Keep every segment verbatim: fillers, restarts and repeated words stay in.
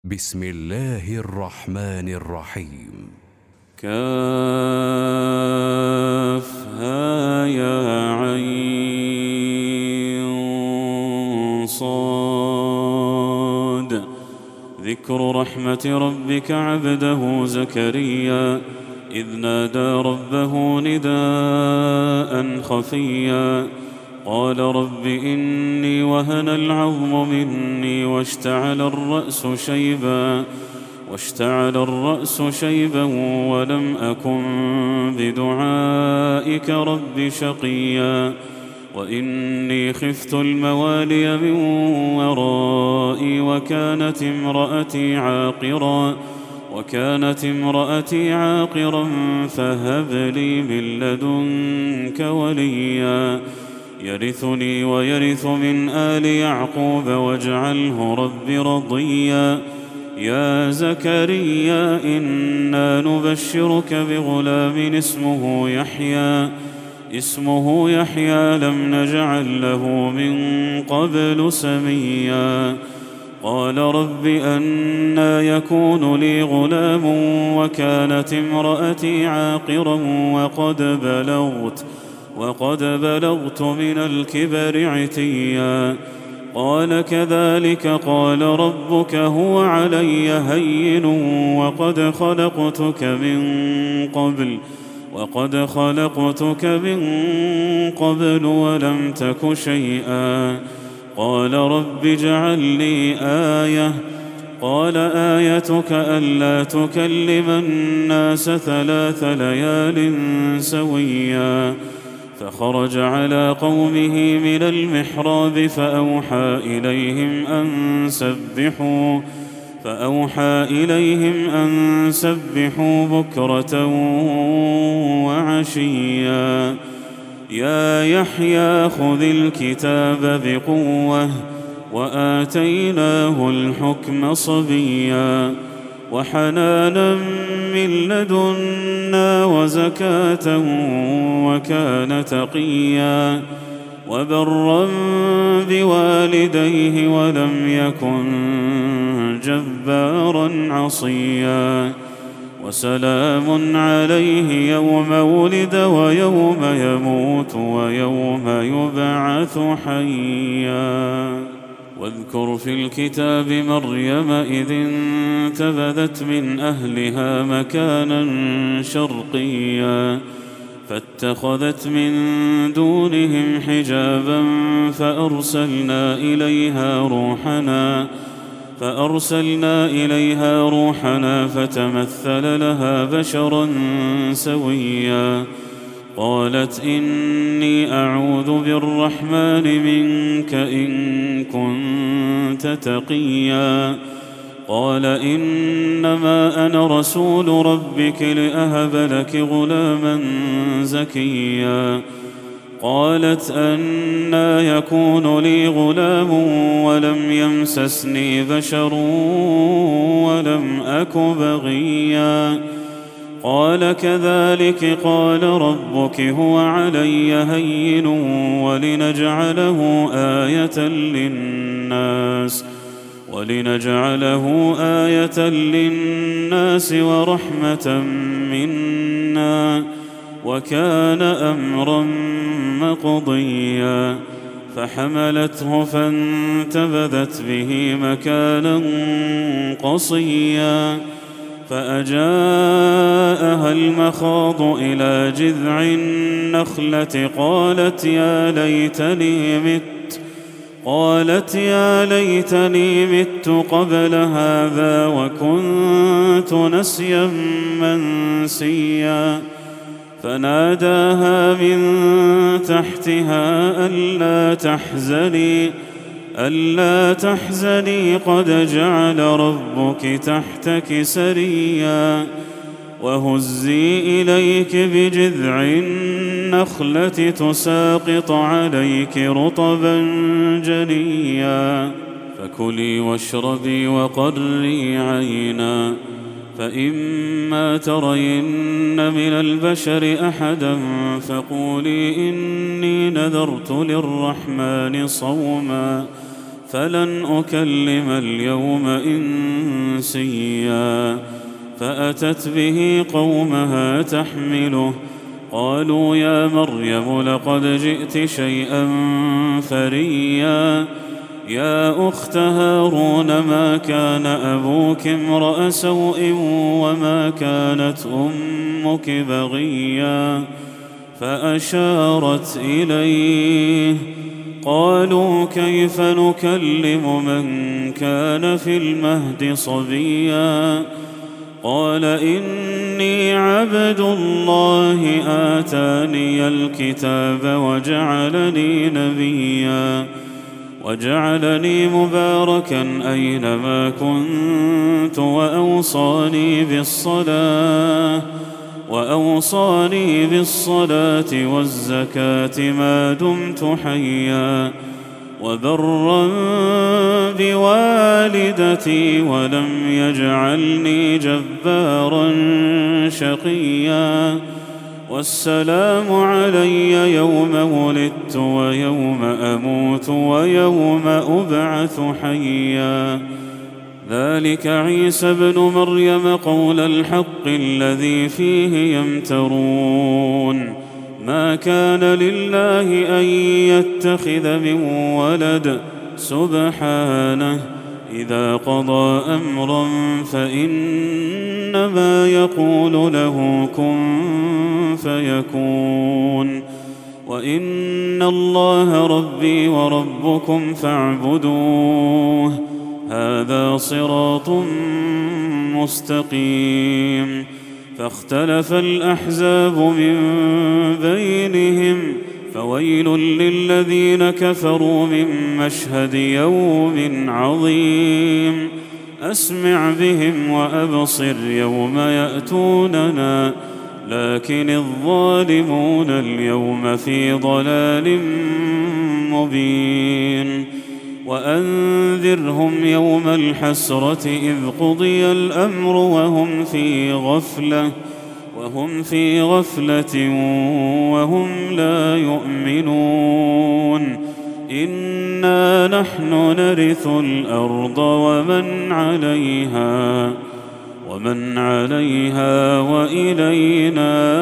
بسم الله الرحمن الرحيم. كافها يا عين صاد. ذكر رحمة ربك عبده زكريا إذ نادى ربه نداء خفيا قال رب إني وهن العظم مني واشتعل الرأس شيبا واشتعل الرأس شيبا ولم أكن بدعائك رب شقيا وإني خفت الموالي من ورائي وكانت امرأتي عاقرا وكانت امرأتي عاقرا فهب لي من لدنك وليا يرثني ويرث من آل يعقوب واجعله رب رضيا يا زكريا إنا نبشرك بغلام اسمه يحيى اسمه يحيى لم نجعل له من قبل سميا قال رب أنى يكون لي غلام وكانت امرأتي عاقرا وقد بلغت وقد بلغت من الكبر عتيا قال كذلك قال ربك هو علي هين وقد خلقتك من قبل وقد خلقتك من قبل ولم تك شيئا قال رب اجعل لي آية قال آيتك ألا تكلم الناس ثلاث ليال سويا فخرج على قومه من المحراب فأوحى إليهم أن سبحوا فأوحى إليهم أن سبحوا بكرة وعشيا يا يحيى خذ الكتاب بقوة وآتيناه الحكم صبيا وحنانا من لدنا وزكاة وكان تقيا وبرا بوالديه ولم يكن جبارا عصيا وسلام عليه يوم ولد ويوم يموت ويوم يبعث حيا واذكر في الكتاب مريم إذ انتبذت من أهلها مكانا شرقيا فاتخذت من دونهم حجابا فأرسلنا إليها روحنا فأرسلنا إليها روحنا فتمثل لها بشرا سويا قالت إني أعوذ بالرحمن منك إن كنت تقيا قال إنما أنا رسول ربك لأهب لك غلاما زكيا قالت أنى يكون لي غلام ولم يمسسني بشر ولم أك بغيا قال كذلك قال ربك هو علي هين ولنجعله آية للناس ولنجعله آية للناس ورحمة منا وكان أمرا مقضيا فحملته فانتبذت به مكانا قصيا فأجاءها المخاض إلى جذع النخلة قالت يا ليتني مت قالت يا ليتني مت قبل هذا وكنت نسيا منسيا فناداها من تحتها ألا تحزني ألا تحزني قد جعل ربك تحتك سريا وهزي إليك بجذع النخلة تساقط عليك رطبا جنيا فكلي واشربي وقري عينا فإما ترين من البشر أحدا فقولي إني نذرت للرحمن صوما فلن أكلم اليوم إنسيا فأتت به قومها تحمله قالوا يا مريم لقد جئت شيئا فريا يا أخت هارون ما كان أبوك امرأ سوء وما كانت أمك بغيا فأشارت إليه قالوا كيف نكلم من كان في المهد صبيا قال إني عبد الله آتاني الكتاب وجعلني نبيا وجعلني مباركا أينما كنت وأوصاني بالصلاة وأوصاني بالصلاة والزكاة ما دمت حيا وبرا بوالدتي ولم يجعلني جبارا شقيا والسلام علي يوم ولدت ويوم أموت ويوم أبعث حيا ذلك عيسى ابن مريم قول الحق الذي فيه يمترون ما كان لله أن يتخذ من ولد سبحانه إذا قضى أمرا فإنما يقول له كن فيكون وإن الله ربي وربكم فاعبدوه هذا صراط مستقيم فاختلف الأحزاب من بينهم فويل للذين كفروا من مشهد يوم عظيم أسمع بهم وأبصر يوم يأتوننا لكن الظالمون اليوم في ضلال مبين وأنذرهم يوم الحسرة إذ قضي الأمر وهم في غفلة وهم في غفلة وهم لا يؤمنون إنا نحن نرث الأرض ومن عليها ومن عليها وإلينا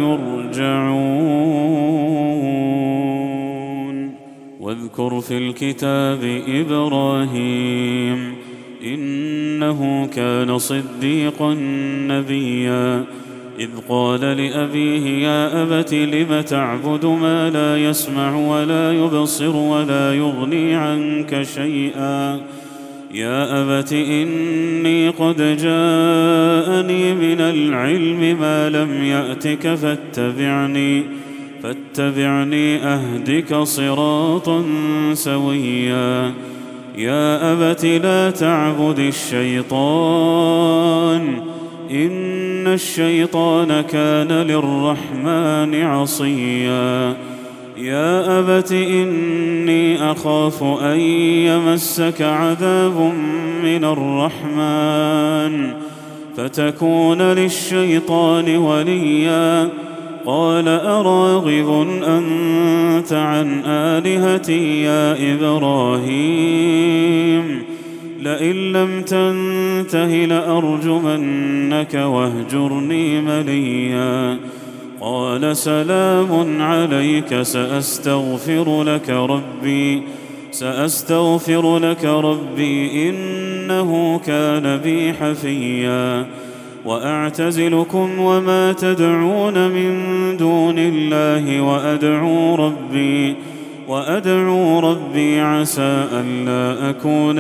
يرجعون واذكر في الكتاب إبراهيم إنه كان صديقا نبيا إذ قال لأبيه يا أبت لم تعبد ما لا يسمع ولا يبصر ولا يغني عنك شيئا يا أبت إني قد جاءني من العلم ما لم يأتك فاتبعني فاتبعني أهدك صراطا سويا يا أبت لا تعبد الشيطان إن الشيطان كان للرحمن عصيا يا أبت إني أخاف أن يمسك عذاب من الرحمن فتكون للشيطان وليا قال أراغب أنت عن آلهتي يا إبراهيم لئن لم تنته لأرجمنك واهجرني مليا قال سلام عليك سأستغفر لك ربي سأستغفر لك ربي إنه كان بي حفيا وأعتزلكم وما تدعون من دون الله وأدعو ربي وأدعو ربي عسى ألا أكون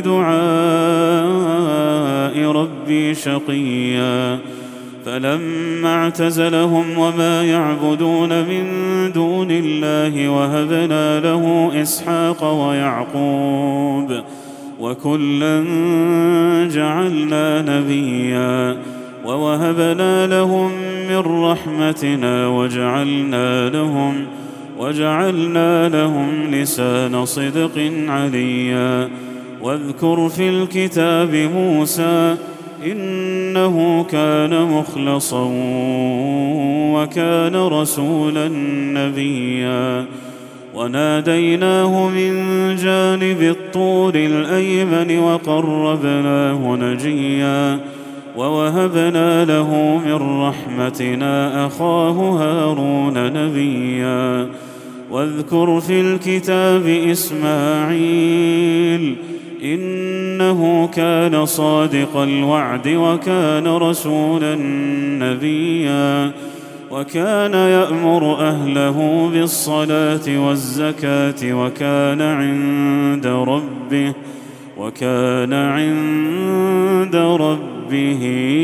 بدعاء ربي شقيا فلما اعتزلهم وما يعبدون من دون الله وهبنا له إسحاق ويعقوب وكلا جعلنا نبيا ووهبنا لهم من رحمتنا وجعلنا لهم وجعلنا لهم لسان صدق عليا واذكر في الكتاب موسى إنه كان مخلصا وكان رسولا نبيا وناديناه من جانب الطور الأيمن وقربناه نجيا ووهبنا له من رحمتنا أخاه هارون نبيا واذكر في الكتاب إسماعيل إنه كان صادق الوعد وكان رسولا نبيا وكان يأمر أهله بالصلاة والزكاة وكان عند ربه وكان عند ربه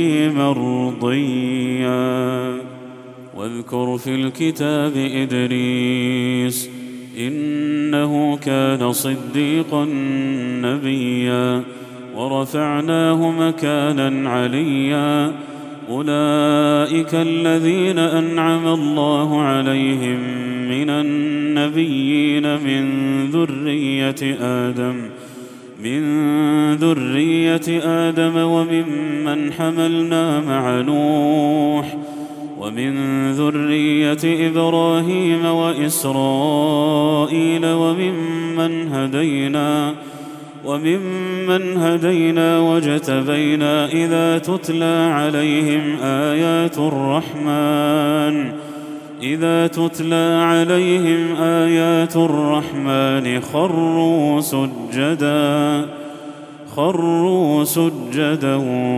مرضيا واذكر في الكتاب إدريس إنه كان صديقا نبيا ورفعناه مكانا عليا أولئك الذين أنعم الله عليهم من النبيين من ذرية آدم من ذرية آدم وممن حملنا مع نوح ومن ذرية إبراهيم وإسرائيل وممن هدينا وممن هدينا واجتبينا إذا تتلى عليهم آيات الرحمن إذا تتلى عليهم آيات الرحمن خروا سجدا خروا سجدا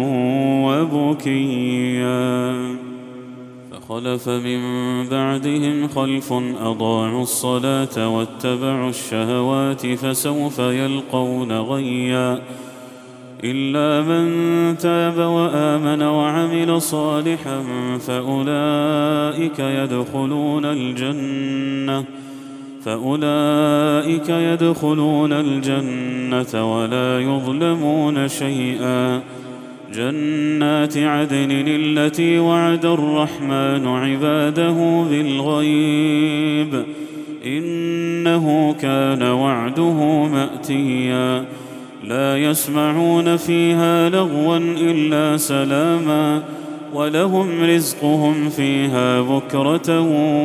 وبكيا فخلف من بعدهم خلف أضاعوا الصلاة واتبعوا الشهوات فسوف يلقون غيا إلا من تاب وآمن وعمل صالحا فأولئك يدخلون الجنة فأولئك يدخلون الجنة ولا يظلمون شيئا جنات عدن التي وعد الرحمن عباده بالغيب إنه كان وعده مأتيا لا يسمعون فيها لغوا إلا سلاما ولهم رزقهم فيها بكرة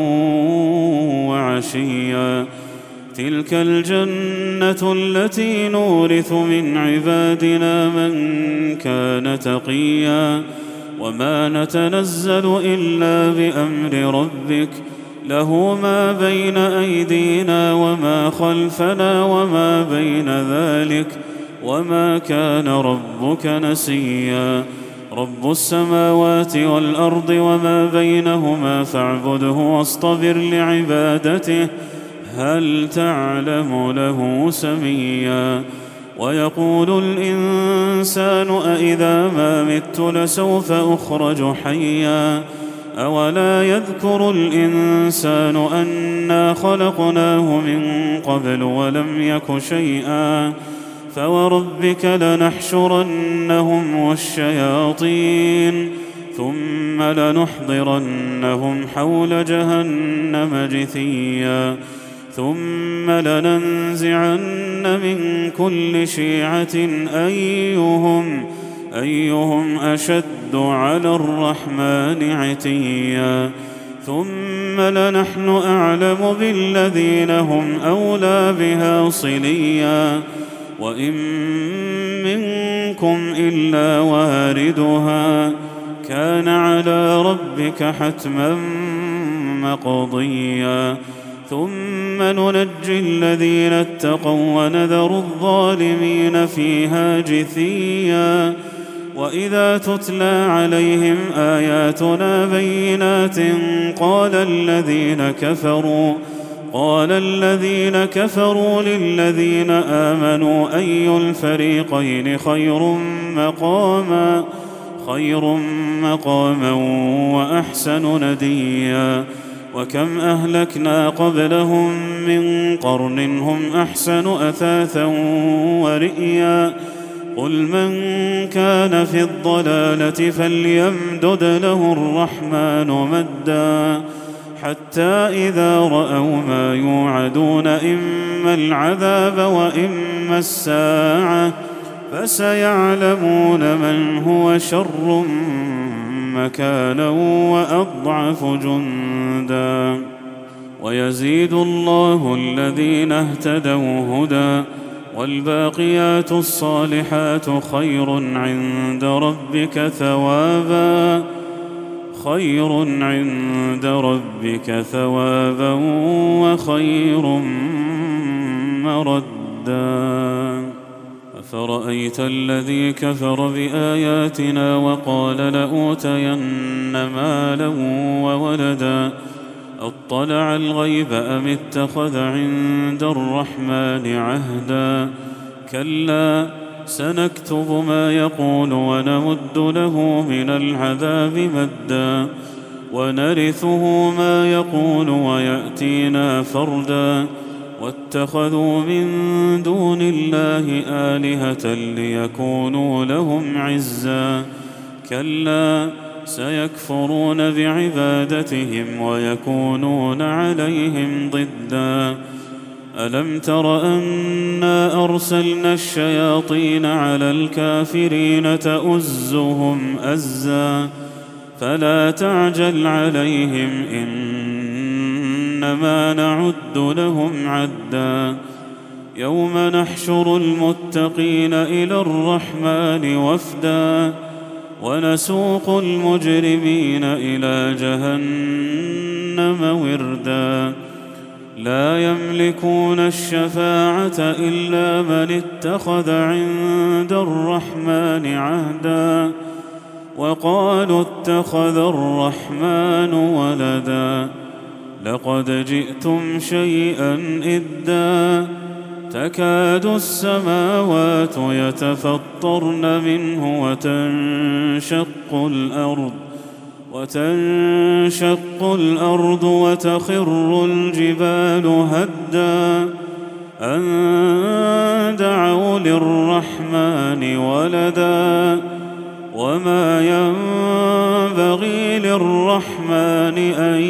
وعشيا تلك الجنة التي نورث من عبادنا من كان تقيا وما نتنزل إلا بأمر ربك له ما بين أيدينا وما خلفنا وما بين ذلك وما كان ربك نسيا رب السماوات والأرض وما بينهما فاعبده واصطبر لعبادته هل تعلم له سميا ويقول الإنسان أإذا ما مت لسوف أخرج حيا أولا يذكر الإنسان أنا خلقناه من قبل ولم يك شيئا فوربك لنحشرنهم والشياطين ثم لنحضرنهم حول جهنم جثيا ثم لننزعن من كل شيعة أيهم أيهم أشد على الرحمن عتيا ثم لنحن أعلم بالذين هم أولى بها صليا وإن منكم إلا واردها كان على ربك حتما مقضيا ثم ننجي الذين اتقوا ونذر الظالمين فيها جثيا وإذا تتلى عليهم آياتنا بينات قال الذين كفروا قال الذين كفروا للذين آمنوا أي الفريقين خير مقاما خير مقاما وأحسن نديا وكم أهلكنا قبلهم من قرن هم أحسن أثاثا ورئيا قل من كان في الضلالة فليمدد له الرحمن مدا حتى إذا رأوا ما يوعدون إما العذاب وإما الساعة فسيعلمون من هو شر مكانا وأضعف جندا ويزيد الله الذين اهتدوا هدى والباقيات الصالحات خير عند ربك ثوابا خير عند ربك ثوابا وخير مردا. أفرأيت الذي كفر بآياتنا وقال لأوتين مالا وولدا أطلع الغيب أم اتخذ عند الرحمن عهدا كلا سنكتب ما يقول ونمد له من العذاب مدا ونرثه ما يقول ويأتينا فردا واتخذوا من دون الله آلهة ليكونوا لهم عزا كلا سيكفرون بعبادتهم ويكونون عليهم ضدا ألم تر أنا أرسلنا الشياطين على الكافرين تؤزهم أزا فلا تعجل عليهم إنما نعد لهم عدا يوم نحشر المتقين إلى الرحمن وفدا ونسوق المجرمين إلى جهنم وردا لا يملكون الشفاعة إلا من اتخذ عند الرحمن عهدا وقالوا اتخذ الرحمن ولدا لقد جئتم شيئا إدا تكاد السماوات يتفطرن منه وتنشق الأرض وتنشق الأرض وتخر الجبال هدا أن دعوا للرحمن ولدا وما ينبغي للرحمن أن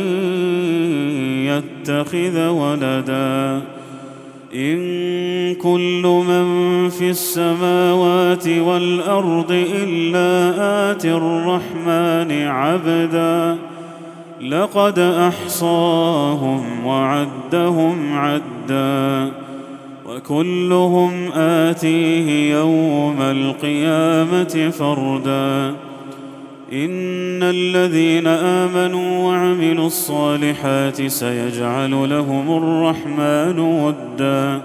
يتخذ ولدا إن كل من في السماوات والأرض إلا آتي الرحمن عبدا لقد أحصاهم وعدهم عدا وكلهم آتيه يوم القيامة فردا إن الذين آمنوا وعملوا الصالحات سيجعل لهم الرحمن ودا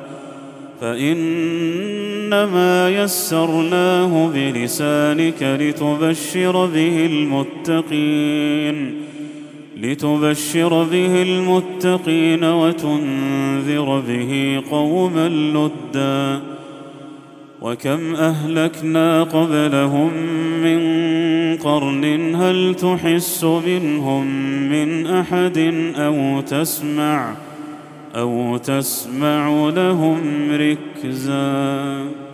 فإنما يسرناه بلسانك لتبشر به المتقين لتبشر به المتقين وتنذر به قوما لدا وكم أهلكنا قبلهم من قرن هل تحس منهم من أحد أو تسمع أو تسمع لهم ركزا.